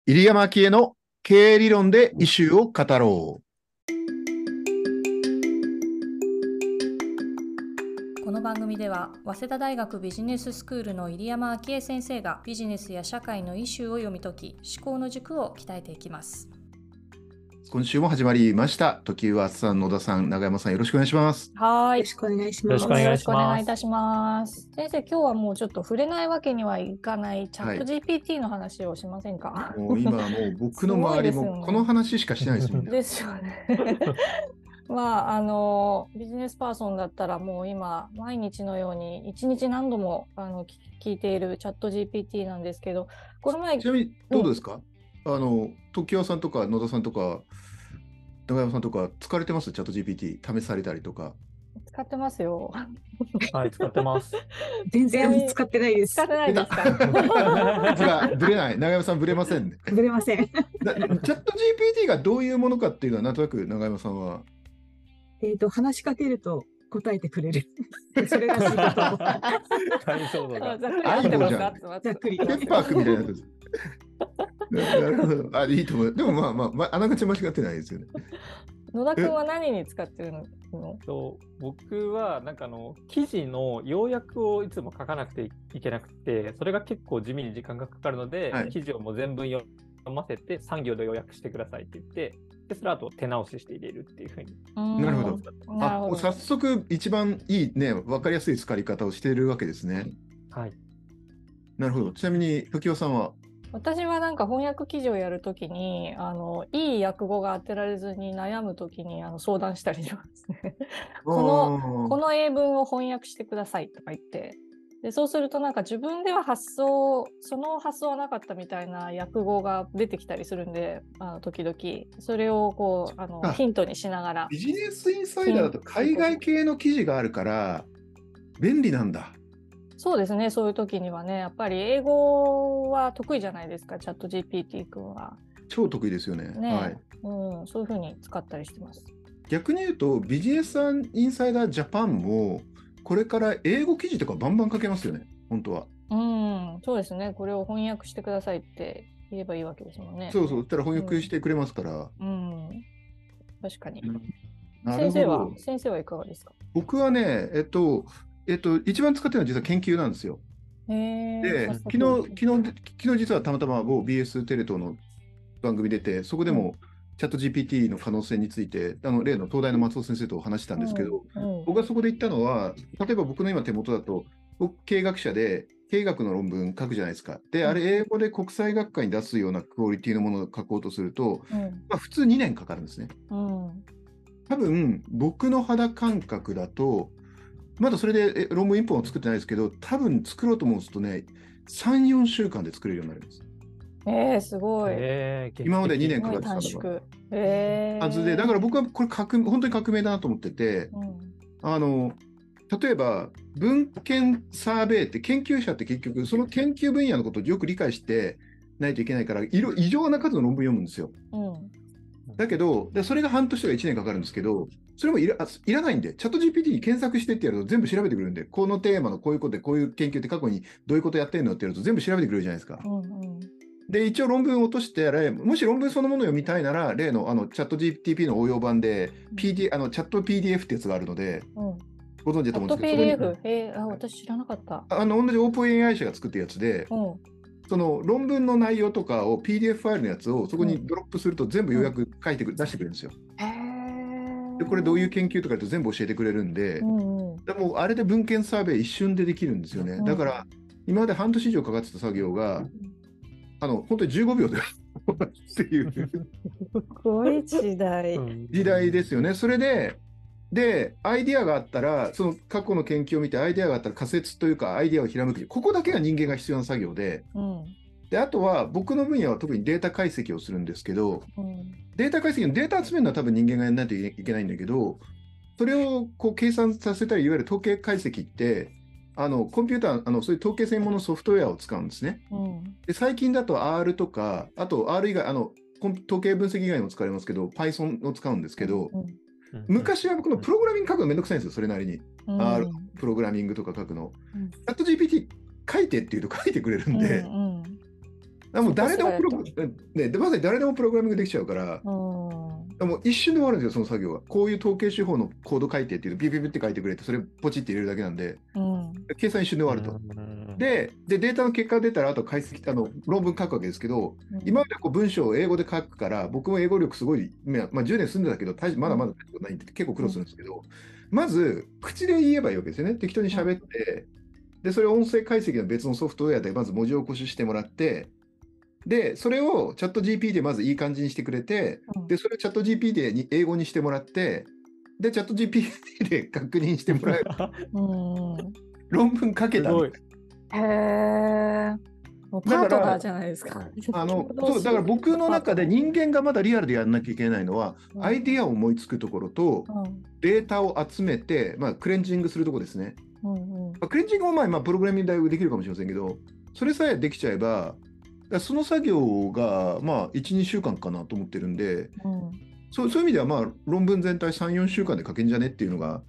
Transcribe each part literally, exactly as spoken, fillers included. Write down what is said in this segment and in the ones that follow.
入山昭恵の経営理論でイシューを語ろう。 この番組では早稲田大学ビジネススクールの入山昭恵先生がビジネスや社会のイシューを読み解き、思考の軸を鍛えていきます。 今週も始まりました。時生さん、野田さん、永山さん、よろしくお願いします。 はい、 よろしくお願いします。 よろしくお願いします。 よろしくお願いいたします。先生、今日はもうちょっと触れないわけにはいかないチャット ジーピーティー の話をしませんか？ はい、もう今もう僕の周りもこの話しかしてないですよね。 ですよね。まあ、あのビジネスパーソンだったらもう今毎日のように一日何度もあの聞いているチャット ジーピーティー なんですけど、この前ちなみにどうですか、うん、あの時生さんとか野田さんとか永山さんとか使われてます？チャット ジーピーティー 試されたりとか。 使ってますよ。 はい、使ってます。 全然使ってないです。 使ってないですか？ ほら、ぶれない。永山さんぶれませんね。 ぶれません。チャット ジーピーティー がどういうものかっていうのはなんとなく永山さんは。 えっと、話しかけると答えてくれる。それが仕事。 解像度が。 ざっくり合ってますか？ ざっくり。 ペッパーくみたいなやつです。なるほど。あ、いいと思う。でもまあまあ、まあ、あながち間違ってないですよね。 野田君は何に使ってるの？ そう僕はなんかあの記事の要約をいつも書かなくていけなくて、それが結構地味に時間がかかるので、はい、記事をもう全文読ませてさん行で要約してくださいって言って、でそれあと手直しして入れるっていうふうに。 なるほど。あ、もう早速一番いいね、分かりやすい使い方をしているわけですね。 はい。 なるほど。ちなみに時生さんは？ 私はなんか翻訳記事をやるときにあのいい訳語が当てられずに悩むときにあの相談したりしますね。このこの英文を翻訳してくださいとか言って、でそうするとなんか自分では発想その発想はなかったみたいな訳語が出てきたりするんで、あの時々それをこうあのヒントにしながら。 ビジネスインサイダーだと海外系の記事があるから便利なんだ。 そうですね、そういう時にはね、やっぱり英語は得意じゃないですか、チャット ジーピーティー 君は。 超得意ですよね。 ね、 はい、 うん、そういう風に使ったりしてます。 逆に言うと、ビジネスインサイダージャパンも、これから英語記事とかバンバン書けますよね、本当は。 うん、そうですね、これを翻訳してくださいって言えばいいわけですもんね。 そうそう、そしたら翻訳してくれますから。 うん、うん、確かに。 うん、 先生は、先生はいかがですか？ 僕はね、えっと、えっと、一番使ってるのは実は研究なんですよ。で、昨日、昨日、昨日実はたまたま某 ビーエス テレ東の番組出て、そこでもチャット ジーピーティー の可能性について、あの例の東大の松尾先生と話したんですけど、うんうん、僕がそこで言ったのは、例えば僕の今手元だと、僕、経営学者で、経営学の論文書くじゃないですか。で、あれ、英語で国際学会に出すようなクオリティのものを書こうとすると、うん、まあ、普通にねんかかるんですね。うん、多分、僕の肌感覚だと、まだそれで論文いっぽんを作ってないですけど、多分作ろうと思うとね、さん、よんしゅうかんで作れるようになるんです。 えー、すごい。 えー、今までにねんかかってたのが。 えー、 はずで、だから僕はこれ革本当に革命だなと思ってて、うん、あの例えば文献サーベイって研究者って結局その研究分野のことをよく理解してないといけないから異常な数の論文読むんですよ。うんだけど、でそれが半年とかいちねんかかるんですけど、それもい ら, いらないんで、チャット ジーピーティー に検索してってやると全部調べてくれるんで、このテーマのこういうことで、こういう研究って過去にどういうことやってるのってやると全部調べてくれるじゃないですか。うんうん、で、一応論文を落として、もし論文そのものを読みたいなら、例のあのチャット ジーティーピー の応用版で、ピーディー、あのチャット ピーディーエフ ってやつがあるので、うん、ご存知だと思うんですけど、 チャット ピーディーエフ、えー、あ、私知らなかった。 あの同じオープン エーアイ 社が作ってるやつで、うんその論文の内容とかを ピーディーエフ ファイルのやつをそこにドロップすると全部要約書いてく、うん、出してくれるんですよ。でこれどういう研究とかと全部教えてくれるんで、うんうん、でもあれで文献サーベイ一瞬でできるんですよね。うん、だから今まで半年以上かかってた作業が、うん、あの本当にじゅうごびょうでっていうすごい時代時代ですよね。それでで、アイディアがあったら、その過去の研究を見て、アイディアがあったら仮説というか、アイディアをひらめく。ここだけが人間が必要な作業で、うん、で、あとは、僕の分野は特にデータ解析をするんですけど、うん、データ解析のデータ集めるのは多分人間がやらないといけないんだけど、それをこう計算させたり、いわゆる統計解析って、あのコンピューター、あのそういう統計専門のソフトウェアを使うんですね。うん、で最近だと R とか、あと R 以外、あの統計分析以外にも使われますけど、Python を使うんですけど、うん昔は僕のプログラミング書くのめんどくさいんですよ、それなりに。うん、R プログラミングとか書くの。チャット ジーピーティー 書いてって言うと書いてくれるんで、うんうん、 もう誰でもプログラム、ね、でまさに誰でもプログラミングできちゃうから、もう一瞬で終わるんですよ、その作業は。こういう統計手法のコード書いてっていうと、ビュビュビュって書いてくれて、それポチって入れるだけなんで、うん、計算一瞬で終わると。で, で、データの結果が出たら、あと解析、あの論文書くわけですけど、うん、今までこう文章を英語で書くから、僕も英語力すごい、まあ、じゅうねん住んでたけど、まだまだないんで結構苦労するんですけど、うん、まず、口で言えばいいわけですよね。適当に喋って、で、それを音声解析の別のソフトウェアでまず文字起こししてもらって、で、それをチャット ジーピー でまずいい感じにしてくれて、うん、で、それをチャット ジーピー でに英語にしてもらって、で、チャット ジーピー で確認してもらえる。うん、論文書けた。 へー。もうパートナーじゃないですか。 あのそうだから僕の中で人間がまだリアルでやらなきゃいけないのは、うん、アイディアを思いつくところと、うん、データを集めて、まあ、クレンジングするところですね。うんうんまあ、クレンジングもまあ、まあ、プログラミングでできるかもしれませんけど、それさえできちゃえば、その作業がまあいち、にしゅうかんかなと思ってるんで、うん、そう、そういう意味ではまあ論文全体さん、よんしゅうかんで書けんじゃねっていうのが。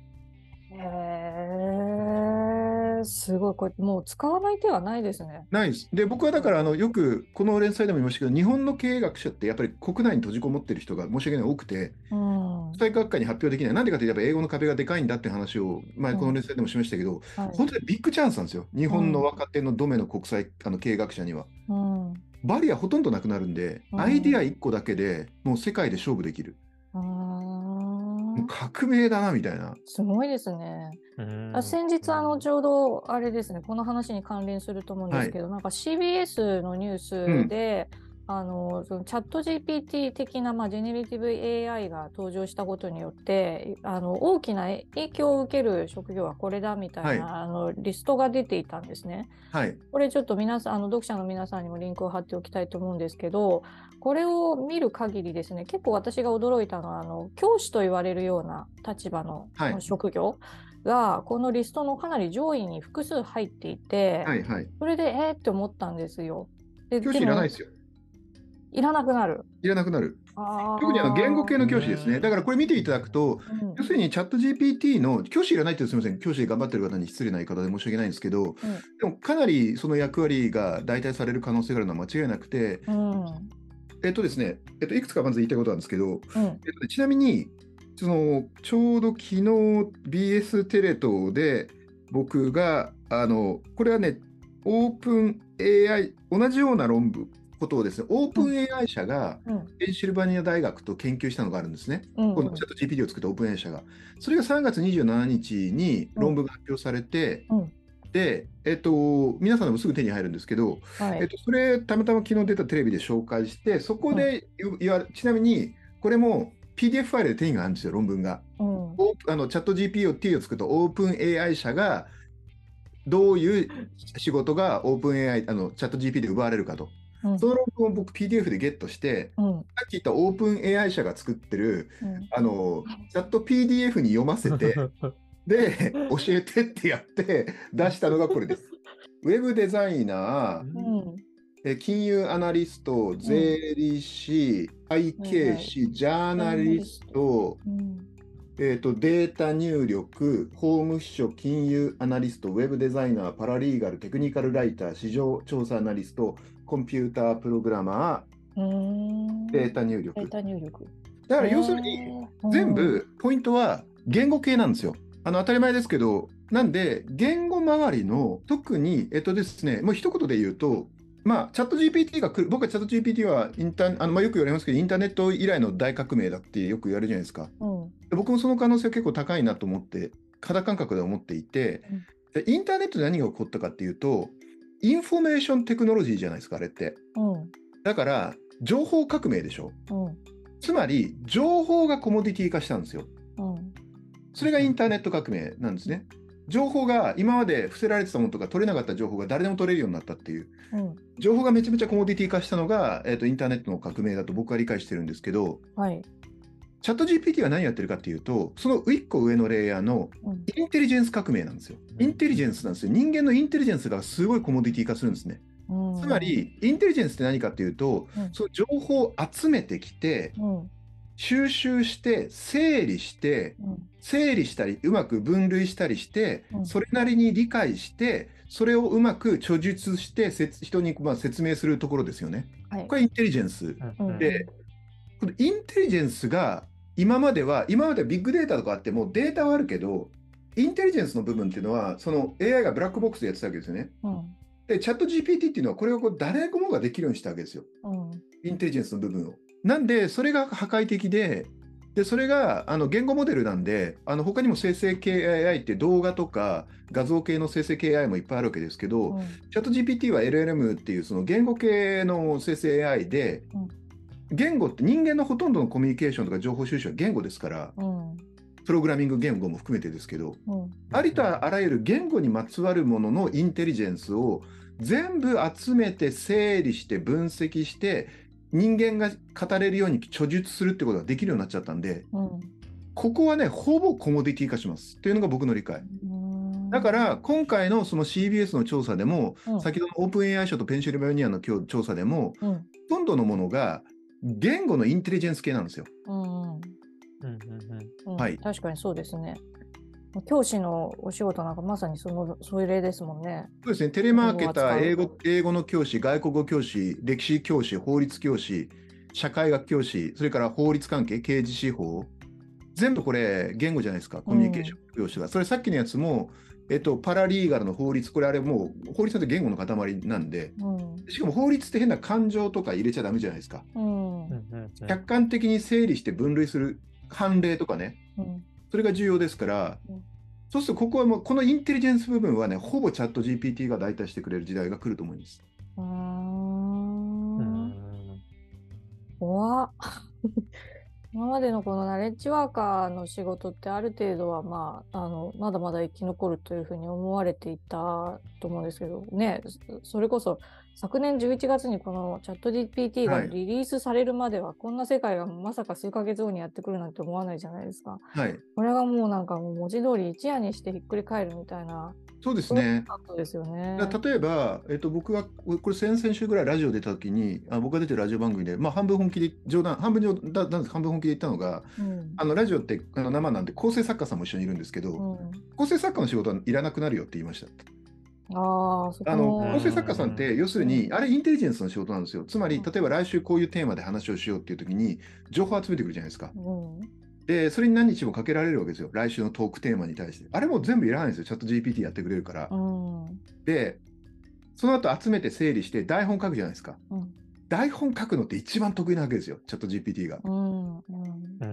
へー、すごい。これもう使わない手はないですね。 ないです。で、僕はだからあのよくこの連載でも言いましたけど、日本の経営学者ってやっぱり国内に閉じこもってる人が申し訳ない多くて、国際学会に発表できない。なんでかというとやっぱ英語の壁がでかいんだって話を前この連載でもしましたけど、うんはい、本当にビッグチャンスなんですよ。日本の若手のドメの国際あの経営学者には。うんバリアほとんどなくなるんで、うん、アイディアいっこだけでもう世界で勝負できる。あもう革命だなみたいな。 すごいですね。先日あのちょうどあれですね、この話に関連すると思うんですけど、はい、なんか シービーエス のニュースで、うん、あのそのチャット ジーピーティー 的な、まあ、ジェネレティブ エーアイ が登場したことによってあの大きな影響を受ける職業はこれだみたいな、はい、あのリストが出ていたんですね。はい、これちょっと皆さんあの読者の皆さんにもリンクを貼っておきたいと思うんですけど、これを見る限りですね、結構私が驚いたのはあの教師と言われるような立場の、はい、職業がこのリストのかなり上位に複数入っていて、はいはい、それでえーって思ったんですよ。 で教師いらないですよ。 いらなくなる。 いらなくなる。特にあの言語系の教師ですね。だからこれ見ていただくと、うん、要するにチャット ジーピーティー の教師いらないってすみません、教師で頑張ってる方に失礼な言い方で申し訳ないんですけど、うん、でもかなりその役割が代替される可能性があるのは間違いなくて、うん、えっとですね、えっと、いくつかまず言いたいことなんですけど、うんえっとね、ちなみにそのちょうど昨日 ビーエス テレ東で僕があのこれはねオープン エーアイ 同じような論文ことをですね、オープン エーアイ 社がペンシルバニア大学と研究したのがあるんですね。うん、このチャット ジーピーティー を作ったオープン エーアイ 社が。それがさんがつにじゅうしちにちに論文が発表されて、うん、で、えっと、皆さんでもすぐ手に入るんですけど、はいえっと、それたまたま昨日出たテレビで紹介して、そこで言われ、ちなみにこれも ピーディーエフ ファイルで手に入るんですよ、論文が。うん、あのチャット ジーピーティー を作ったオープン エーアイ 社がどういう仕事がオープン エーアイ、あのチャット ジーピーティー で奪われるかと。うん、その論文を僕 ピーディーエフ でゲットして、うん、さっき言ったオープン エーアイ 社が作ってる、うん、あのチャット ピーディーエフ に読ませてで教えてってやって出したのがこれです。ウェブデザイナー、うん、え金融アナリスト、税理士、会計士、ジャーナリスト、えーと、データ入力、法務秘書、金融アナリスト、ウェブデザイナー、パラリーガル、テクニカルライター、市場調査アナリスト、コンピュータープログラマー、データ入力。 データ入力。 だから要するに全部ポイントは言語系なんですよ。あの当たり前ですけど、なんで言語周りの特にえっとですね、もう一言で言うと、まあ、チャット ジーピーティー が来る、僕はチャット ジーピーティー はインターあの、まあ、よく言われますけど、インターネット以来の大革命だってよく言われるじゃないですか。うん、僕もその可能性は結構高いなと思って、肌感覚で思っていて、うん、インターネットで何が起こったかっていうと、インフォメーションテクノロジーじゃないですか、あれって。うん、だから、情報革命でしょ。うん、つまり、情報がコモディティ化したんですよ。うん、それがインターネット革命なんですね。情報が今まで伏せられてたものとか取れなかった情報が誰でも取れるようになったっていう、うん、情報がめちゃめちゃコモディティ化したのが、えーと、インターネットの革命だと僕は理解してるんですけど、はい、チャット ジーピーティー は何やってるかっていうと、そのいっこ上のレイヤーのインテリジェンス革命なんですよ。インテリジェンスなんですよ。人間のインテリジェンスがすごいコモディティ化するんですね。うん、つまりインテリジェンスって何かっていうと、うん、その情報を集めてきて、うん収集して整理して、うん、整理したりうまく分類したりして、うん、それなりに理解してそれをうまく著述して人にまあ説明するところですよね、はい、これインテリジェンス、うん、でこのインテリジェンスが今までは今まではビッグデータとかあってもデータはあるけどインテリジェンスの部分っていうのはその エーアイ がブラックボックスでやってたわけですよね、うん、でチャット ジーピーティー っていうのはこれをこう誰もができるようにしたわけですよ、うん、インテリジェンスの部分を。なんでそれが破壊的で、でそれがあの言語モデルなんで、あの他にも生成系 エーアイ って動画とか画像系の生成系 エーアイ もいっぱいあるわけですけど、うん、チャット ジーピーティー は エルエルエム っていうその言語系の生成 エーアイ で、うん、言語って人間のほとんどのコミュニケーションとか情報収集は言語ですから、うん、プログラミング言語も含めてですけど、うん、ありとあらゆる言語にまつわるもののインテリジェンスを全部集めて整理して分析して人間が語れるように著述するってことができるようになっちゃったんで、うん、ここはねほぼコモディティ化しますっていうのが僕の理解。だから今回のその シービーエス の調査でも、うん、先ほどのオープン エーアイ 社とペンシルベニアの調査でも、うん、ほとんどのものが言語のインテリジェンス系なんですよ。 確かにそうですね。教師のお仕事なんかまさにそのそういう例ですもんね。 そうですね。テレマーケター、英語、英語の教師、外国語教師、歴史教師、法律教師、社会学教師、それから法律関係、刑事司法、全部これ言語じゃないですか、コミュニケーション教師が。うん、それさっきのやつも、えっと、パラリーガルの法律、これあれもう法律なんて言語の塊なんで、うん、しかも法律って変な感情とか入れちゃダメじゃないですか。うん、客観的に整理して分類する判例とかね。うんそれが重要ですから、うん、そうするとここはもうこのインテリジェンス部分はね、ほぼチャット ジーピーティー が代替してくれる時代が来ると思います。うーん。 怖っ。今までのこのナレッジワーカーの仕事ってある程度は、まあ、あのまだまだ生き残るというふうに思われていたと思うんですけどね、それこそ昨年じゅういちがつにこのチャット ジーピーティー がリリースされるまでは、はい、こんな世界がまさか数ヶ月後にやってくるなんて思わないじゃないですか。はい、これがもうなんかもう文字通り一夜にしてひっくり返るみたいな。 そうですね。 そうですよね。 例えば、えっと、僕はこれ先々週ぐらいラジオ出た時にあ僕が出てるラジオ番組で、まあ、半分本気で冗談半分冗談なんです半分本気で言ったのが、うん、あのラジオってあの生なんで構成作家さんも一緒にいるんですけど、うん、構成作家の仕事はいらなくなるよって言いました。ああの構成作家さんって要するに、うん、あれインテリジェンスの仕事なんですよ。つまり例えば来週こういうテーマで話をしようっていう時に情報を集めてくるじゃないですか。うんで、それに何日もかけられるわけですよ。来週のトークテーマに対して。あれも全部いらないんですよ。チャット ジーピーティー やってくれるから。うん、で、その後集めて整理して台本書くじゃないですか。うん、台本書くのって一番得意なわけですよ。チャット ジーピーティー が。うんうん、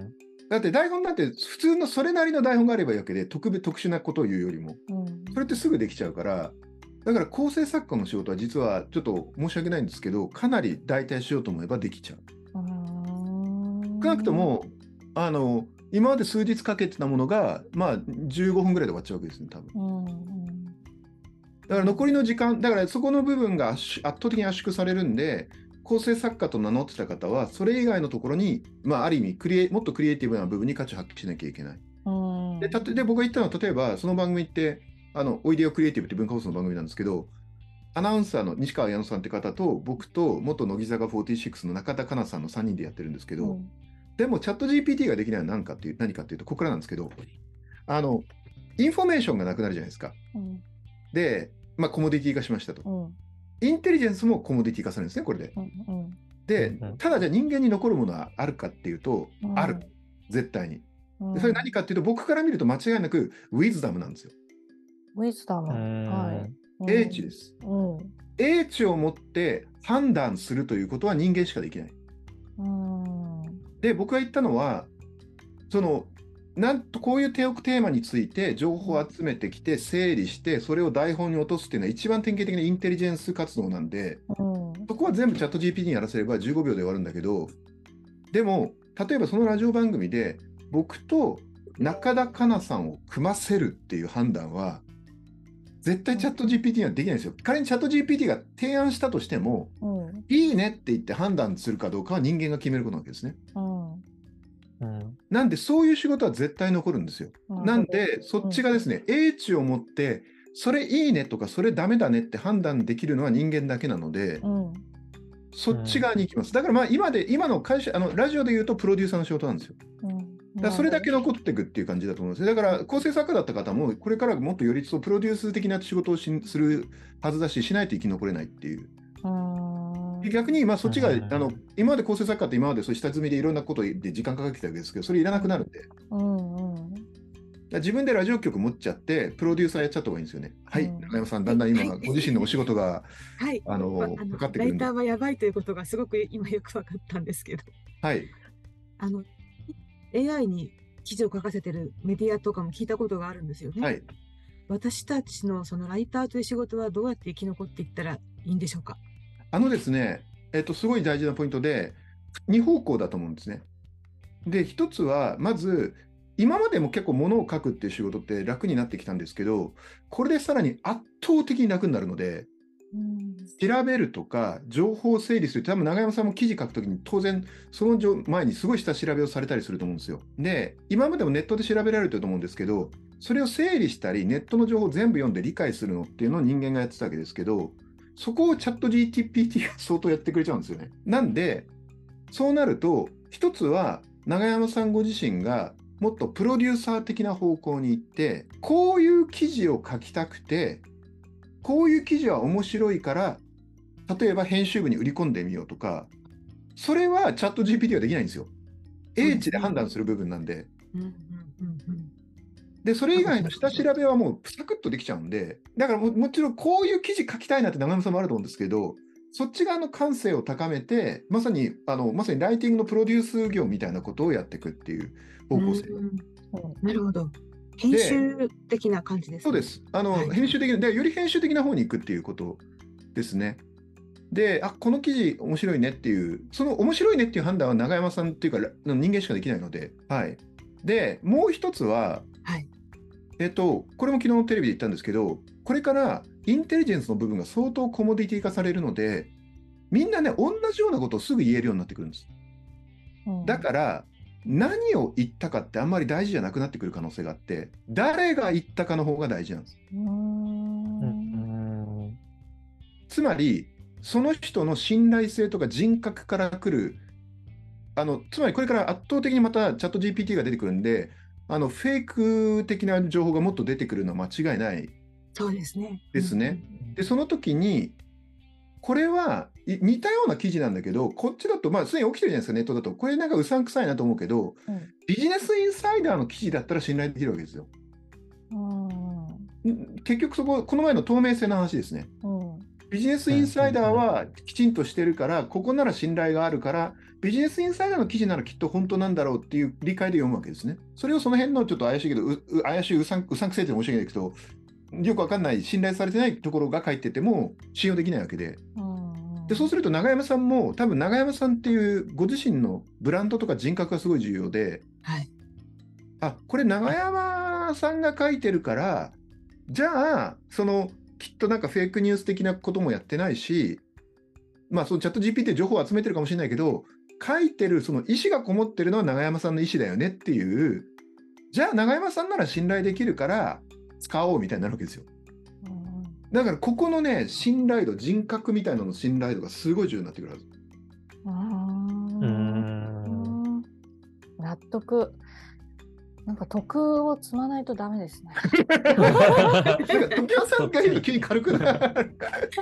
だって台本なんて普通のそれなりの台本があればいいわけで、特別特殊なことを言うよりも。うん、それってすぐできちゃうから、だから構成作家の仕事は実はちょっと申し訳ないんですけど、かなり代替しようと思えばできちゃう。少なくとも、あの今まで数日かけてたものが、まあ、じゅうごふんぐらいで終わっちゃうわけですね、多分。うんうん、だから残りの時間、だからそこの部分が圧倒的に圧縮されるんで、構成作家と名乗ってた方は、それ以外のところに、まあ、ある意味クリエ、もっとクリエイティブな部分に価値を発揮しなきゃいけない。うん、で、たで僕が言ったのは、例えば、その番組って、あのおいでよクリエイティブって文化放送の番組なんですけど、アナウンサーの西川矢野さんって方と、僕と元乃木坂フォーティーシックスの中田香奈さんのさんにんでやってるんですけど、うんでもチャット ジーピーティー ができないのは何かっていう何かっていうと、ここからなんですけど、あのインフォメーションがなくなるじゃないですか。うん、で、まあ、コモディティ化しましたと、うん。インテリジェンスもコモディティ化されるんですね、これで。うんうん、で、ただじゃあ人間に残るものはあるかっていうと、うん、ある。絶対に。でそれ何かっていうと、僕から見ると間違いなくウィズダムなんですよ。 ウィズダム。はい。 英知です、うん。英知を持って判断するということは人間しかできない。うんで僕が言ったのはそのなんとこういうテーマについて情報を集めてきて整理してそれを台本に落とすっていうのは一番典型的なインテリジェンス活動なんで、うん、そこは全部チャット ジーピーティー にやらせればじゅうごびょうで終わるんだけど、でも例えばそのラジオ番組で僕と中田香奈さんを組ませるっていう判断は絶対チャット ジーピーティー にはできないんですよ。仮にチャット ジーピーティー が提案したとしても、うん、いいねって言って判断するかどうかは人間が決めることなわけですね。うんうん、なんでそういう仕事は絶対残るんですよ。うん、なんでそっちがですね、うん、英知を持ってそれいいねとかそれダメだねって判断できるのは人間だけなので、うん、 そっち側に行きます。だからまあ今で、今の会社、あのラジオで言うとプロデューサーの仕事なんですよ。うん、だからそれだけ残っていくっていう感じだと思うんですよ。だから構成作家だった方も、これからもっとより一層プロデュース的な仕事をしするはずだし、しないと生き残れないっていう。うん、逆に、まあそっちが、あの今まで構成作家って今までそう下積みでいろんなことで時間かかってきたわけですけど、それいらなくなるんで。うんうん、自分でラジオ局持っちゃって、プロデューサーやっちゃった方がいいんですよね。はい、中山さん、だんだん今、ご自身のお仕事が、 はい、 あの、かかってくるんで。 ライターはやばいということがすごく今よく分かったんですけど。 はい。 あの、エーアイ に記事を書かせてるメディアとかも聞いたことがあるんですよね。はい。私たちのそのライターという仕事はどうやって生き残っていったらいいんでしょうか。 あのですね、えっと、すごい大事なポイントで、に方向だと思うんですね。で、一つは、まず、今までも結構物を書くっていう仕事って楽になってきたんですけど、これでさらに圧倒的に楽になるので、うん、調べるとか、情報を整理する、多分永山さんも記事書くときに当然、その前にすごい下調べをされたりすると思うんですよ。で、今までもネットで調べられてると思うんですけど、それを整理したり、ネットの情報を全部読んで理解するのっていうのを人間がやってたわけですけど、そこをチャット ジーピーティー が相当やってくれちゃうんですよね。なんで、そうなると、一つは永山さんご自身がもっとプロデューサー的な方向に行って、こういう記事を書きたくて、こういう記事は面白いから、例えば編集部に売り込んでみようとか、それはチャット ジーピーティー はできないんですよ。英知で判断する部分なんで。で、それ以外の下調べはもうサクッとできちゃうんで、だから も, もちろんこういう記事書きたいなって永山さんもあると思うんですけど、そっち側の感性を高めて、まさにあのまさにライティングのプロデュース業みたいなことをやっていくっていう方向性。 なるほど。編集的な感じですね。 そうです。あの、はい、編集的なで、より編集的な方に行くっていうことですね。で、あ、この記事面白いねっていう、その面白いねっていう判断は永山さんっていうか人間しかできないので、はい。で、もう一つは、はい、えっと、これも昨日のテレビで言ったんですけど、これからインテリジェンスの部分が相当コモディティ化されるので、みんなね、同じようなことをすぐ言えるようになってくるんです。うん、だから、何を言ったかってあんまり大事じゃなくなってくる可能性があって、誰が言ったかの方が大事なんです。うーん、つまり、その人の信頼性とか人格から来る、あの、つまりこれから圧倒的にまたチャット ジーピーティー が出てくるんで、あの、フェイク的な情報がもっと出てくるのは間違いないそうですね。 ですね。で、その時に、これは似たような記事なんだけど、こっちだと、まあ、すでに起きてるじゃないですか、ネットだと。これなんかうさんくさいなと思うけど、うん、ビジネスインサイダーの記事だったら信頼できるわけですよ。うん、結局そこ、この前の透明性の話ですね。うん、ビジネスインサイダーはきちんとしてるから、ここなら信頼があるから、ビジネスインサイダーの記事ならきっと本当なんだろうっていう理解で読むわけですね。それをその辺のちょっと怪しいけど、うう怪しいうさんうさんくせえって申し訳ないけど、よくわかんない、信頼されてないところが書いてても信用できないわけで。で、そうすると永山さんも、多分永山さんっていうご自身のブランドとか人格がすごい重要で、はい、あ、これ永山さんが書いてるから、じゃあ、その、きっとなんかフェイクニュース的なこともやってないし、まあ、そのチャット ジーピーティー 情報を集めてるかもしれないけど、書いてるその意思がこもってるのは永山さんの意思だよねっていう、じゃあ永山さんなら信頼できるから使おうみたいになるわけですよ。だからここのね、信頼度、人格みたいなのの信頼度がすごい重要になってくるはず。 うーん、納得。なんか徳を積まないとダメですね。 なんか時尾さんがいる急に軽くなる。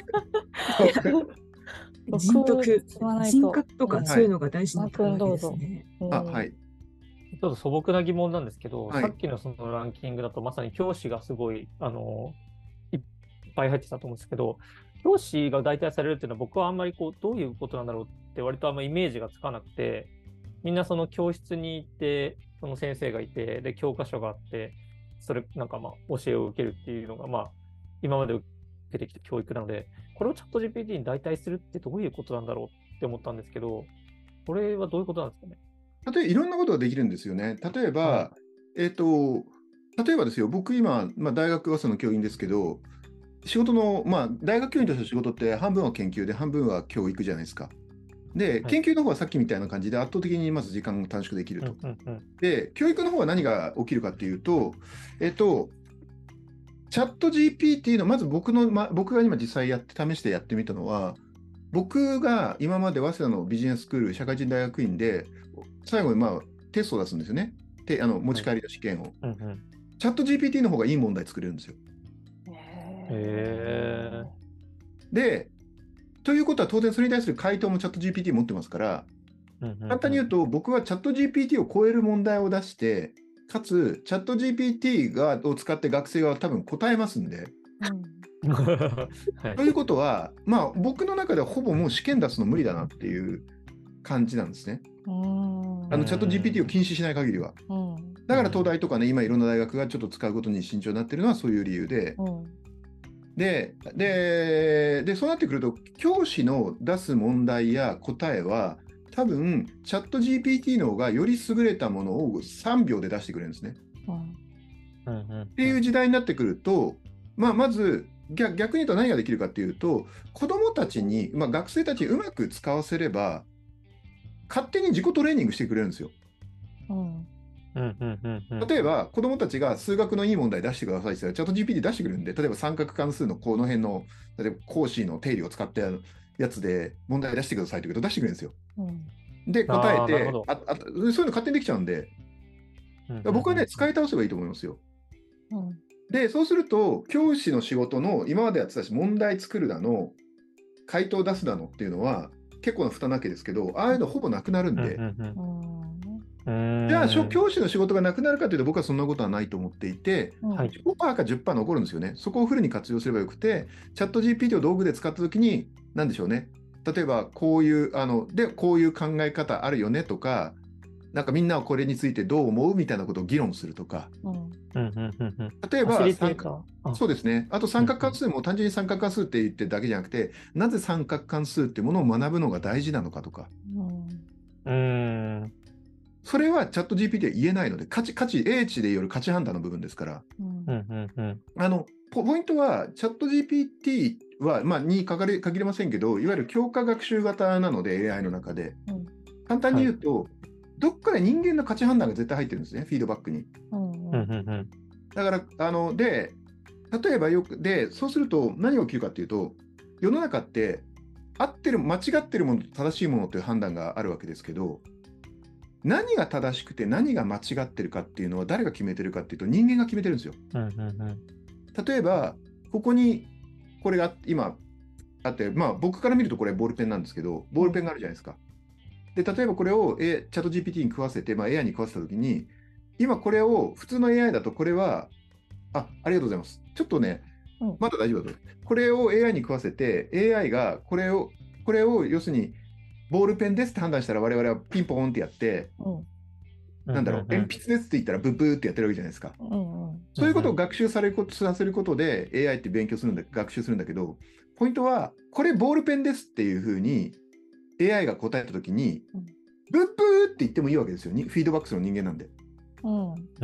人徳、人格とかそういうのが大事なわけですね。 あ、はい。 ちょっと素朴な疑問なんですけど、はい、さっきのそのランキングだとまさに教師がすごいあのいっぱい入ってたと思うんですけど、教師が代替されるっていうのは僕はあんまりこうどういうことなんだろうって割とあんまイメージがつかなくて、みんなその教室に行ってその先生がいて、で教科書があって、それなんかまあ教えを受けるっていうのがまあ今まで受けてきた教育なので、これをチャット ジーピーティー に代替するってどういうことなんだろうって思ったんですけど、これはどういうことなんですかね。 例えばいろんなことができるんですよね。例えば、はい、えっと、例えばですよ、僕今、まあ、大学はその教員ですけど、仕事の、まあ、大学教員としての仕事って半分は研究で半分は教育じゃないですか。で、研究の方はさっきみたいな感じで圧倒的にまず時間が短縮できると。うんうんうん、で、教育の方は何が起きるかっていうと、えっと、チャット ジーピーティー の、まず僕の、ま、僕が今実際やって、試してやってみたのは、 僕が今まで早稲田のビジネススクール社会人大学院で最後にまあテストを出すんですよね。であの持ち帰りの試験を、うんうんうん、チャット ジーピーティー の方がいい問題作れるんですよ。 へーでということは当然それに対する回答もチャット ジーピーティー 持ってますから、うんうんうん、簡単に言うと僕はチャット ジーピーティー を超える問題を出してかつチャット ジーピーティー がを使って学生は多分答えますんで、うんはい、ということはまあ僕の中ではほぼもう試験出すの無理だなっていう感じなんですね。あのチャット ジーピーティー を禁止しない限りは、うん、だから東大とかね今いろんな大学がちょっと使うことに慎重になってるのはそういう理由で、うん、で, で, でそうなってくると教師の出す問題や答えは多分チャット ジーピーティー の方がより優れたものをさんびょうで出してくれるんですね、うん、っていう時代になってくると、まあ、まず 逆, 逆に言うと何ができるかっていうと子どもたちに、まあ、学生たちにうまく使わせれば勝手に自己トレーニングしてくれるんですよ、うん例えば子どもたちが数学のいい問題出してくださいって言ったらチャット ジーピーティー 出してくれるんで、例えば三角関数のこの辺の例えばコーシーの定理を使ったやつで問題出してくださいということを出してくれるんですよ、うん、で答えてああそういうの勝手にできちゃうんで、僕はね使い倒せばいいと思いますよ、うん、でそうすると教師の仕事の今までやってたし問題作るだの回答出すだのっていうのは結構な負担なわけですけど、ああいうのほぼなくなるんで、うんうんうん、じゃあ教師の仕事がなくなるかというと僕はそんなことはないと思っていて、はい、じゅっパーセントか じゅっパーセント 残るんですよね。そこをフルに活用すればよくて、チャット ジーピーティー を道具で使ったときに何でしょうね、例えばこういうあのでこういう考え方あるよねとか、なんかみんなはこれについてどう思うみたいなことを議論するとか、うん、例えば三角そうですね、あと三角関数も単純に三角関数って言ってるだけじゃなくて、なぜ三角関数っていうものを学ぶのが大事なのかとか、うんうんそれはチャット ジーピーティー は言えないので、価値、価値、英知でよる価値判断の部分ですから、うんうんうん、あのポイントは、チャット ジーピーティー は、まあ、に限りませんけど、いわゆる強化学習型なので、エーアイ の中で。うん、簡単に言うと、はい、どっかで人間の価値判断が絶対入ってるんですね、フィードバックに。うんうん、だから、あの、で、例えばよく、で、そうすると何が起きるかっていうと、世の中って、合ってる、間違ってるものと正しいものという判断があるわけですけど、何が正しくて何が間違ってるかっていうのは誰が決めてるかっていうと人間が決めてるんですよ。うんうんうん、例えばここにこれが今あって、まあ僕から見るとこれボールペンなんですけど、ボールペンがあるじゃないですか。で例えばこれを、A、チャット ジーピーティー に食わせて、まあ、エーアイ に食わせたときに今これを普通の エーアイ だとこれはあありがとうございます。ちょっとねまだ大丈夫だと。これを エーアイ に食わせて エーアイ がこれをこれを要するにボールペンですって判断したら我々はピンポーンってやって、うん、なんだろう、うんうんうん、鉛筆ですって言ったらブブーってやってるわけじゃないですか、うんうん、そういうことを学習されることさせることで エーアイ って勉強するんだ学習するんだけど、ポイントはこれボールペンですっていうふうに エーアイ が答えたときに、うん、ブッブーって言ってもいいわけですよ、フィードバックする人間なんで、うんうん、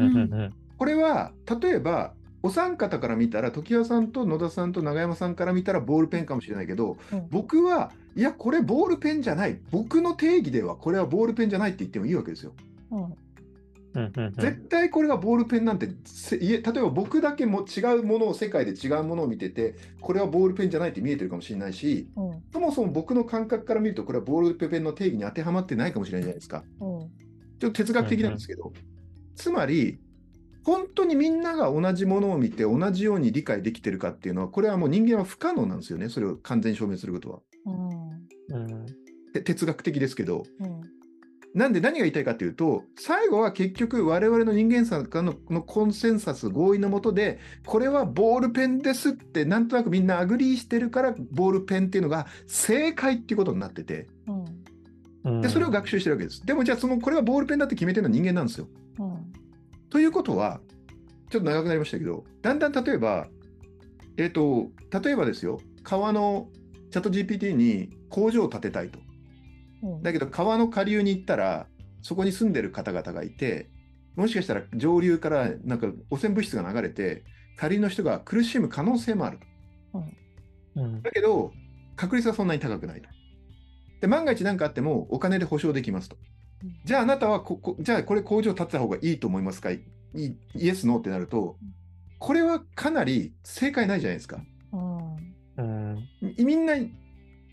これは例えばお三方から見たら、常盤さんと野田さんと永山さんから見たらボールペンかもしれないけど、うん、僕はいやこれボールペンじゃない、僕の定義ではこれはボールペンじゃないって言ってもいいわけですよ、うん、絶対これがボールペンなんて、例えば僕だけも違うものを世界で違うものを見ててこれはボールペンじゃないって見えてるかもしれないし、うん、そもそも僕の感覚から見るとこれはボールペンの定義に当てはまってないかもしれないじゃないですか、うん、ちょっと哲学的なんですけど、うんうん、つまり本当にみんなが同じものを見て同じように理解できてるかっていうのは、これはもう人間は不可能なんですよね、それを完全に証明することは、うん、で哲学的ですけど、うん、なんで何が言いたいかというと、最後は結局我々の人間差ののコンセンサス合意のもとでこれはボールペンですってなんとなくみんなアグリーしてるからボールペンっていうのが正解っていうことになってて、うん、でそれを学習してるわけです。でもじゃあそのこれはボールペンだって決めてるのは人間なんですよ、うんということは、ちょっと長くなりましたけど、だんだん例えば、えーと、例えばですよ、川のチャット ジーピーティー に工場を建てたいと。うん、だけど川の下流に行ったら、そこに住んでる方々がいて、もしかしたら上流からなんか汚染物質が流れて、下流の人が苦しむ可能性もあると。うん、だけど、確率はそんなに高くないと。で、万が一何かあってもお金で保証できますと。じゃああなたはここじゃあこれ工場建てた方がいいと思いますか、イエスノーってなると、これはかなり正解ないじゃないですか、うん、みんな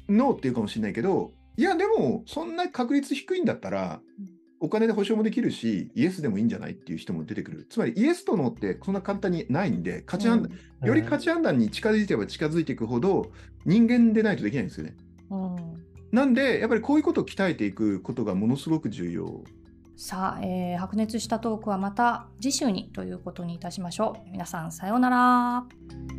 ノーって言うかもしれないけど、いやでもそんな確率低いんだったらお金で保証もできるし、イエスでもいいんじゃないっていう人も出てくる。つまりイエスとノーってそんな簡単にないんで、価値判断、うん、より価値判断に近づいてれば近づいていくほど人間でないとできないんですよね。うん、なんでやっぱりこういうことを鍛えていくことがものすごく重要。 さあ、えー、白熱したトークはまた次週にということにいたしましょう。皆さんさようなら。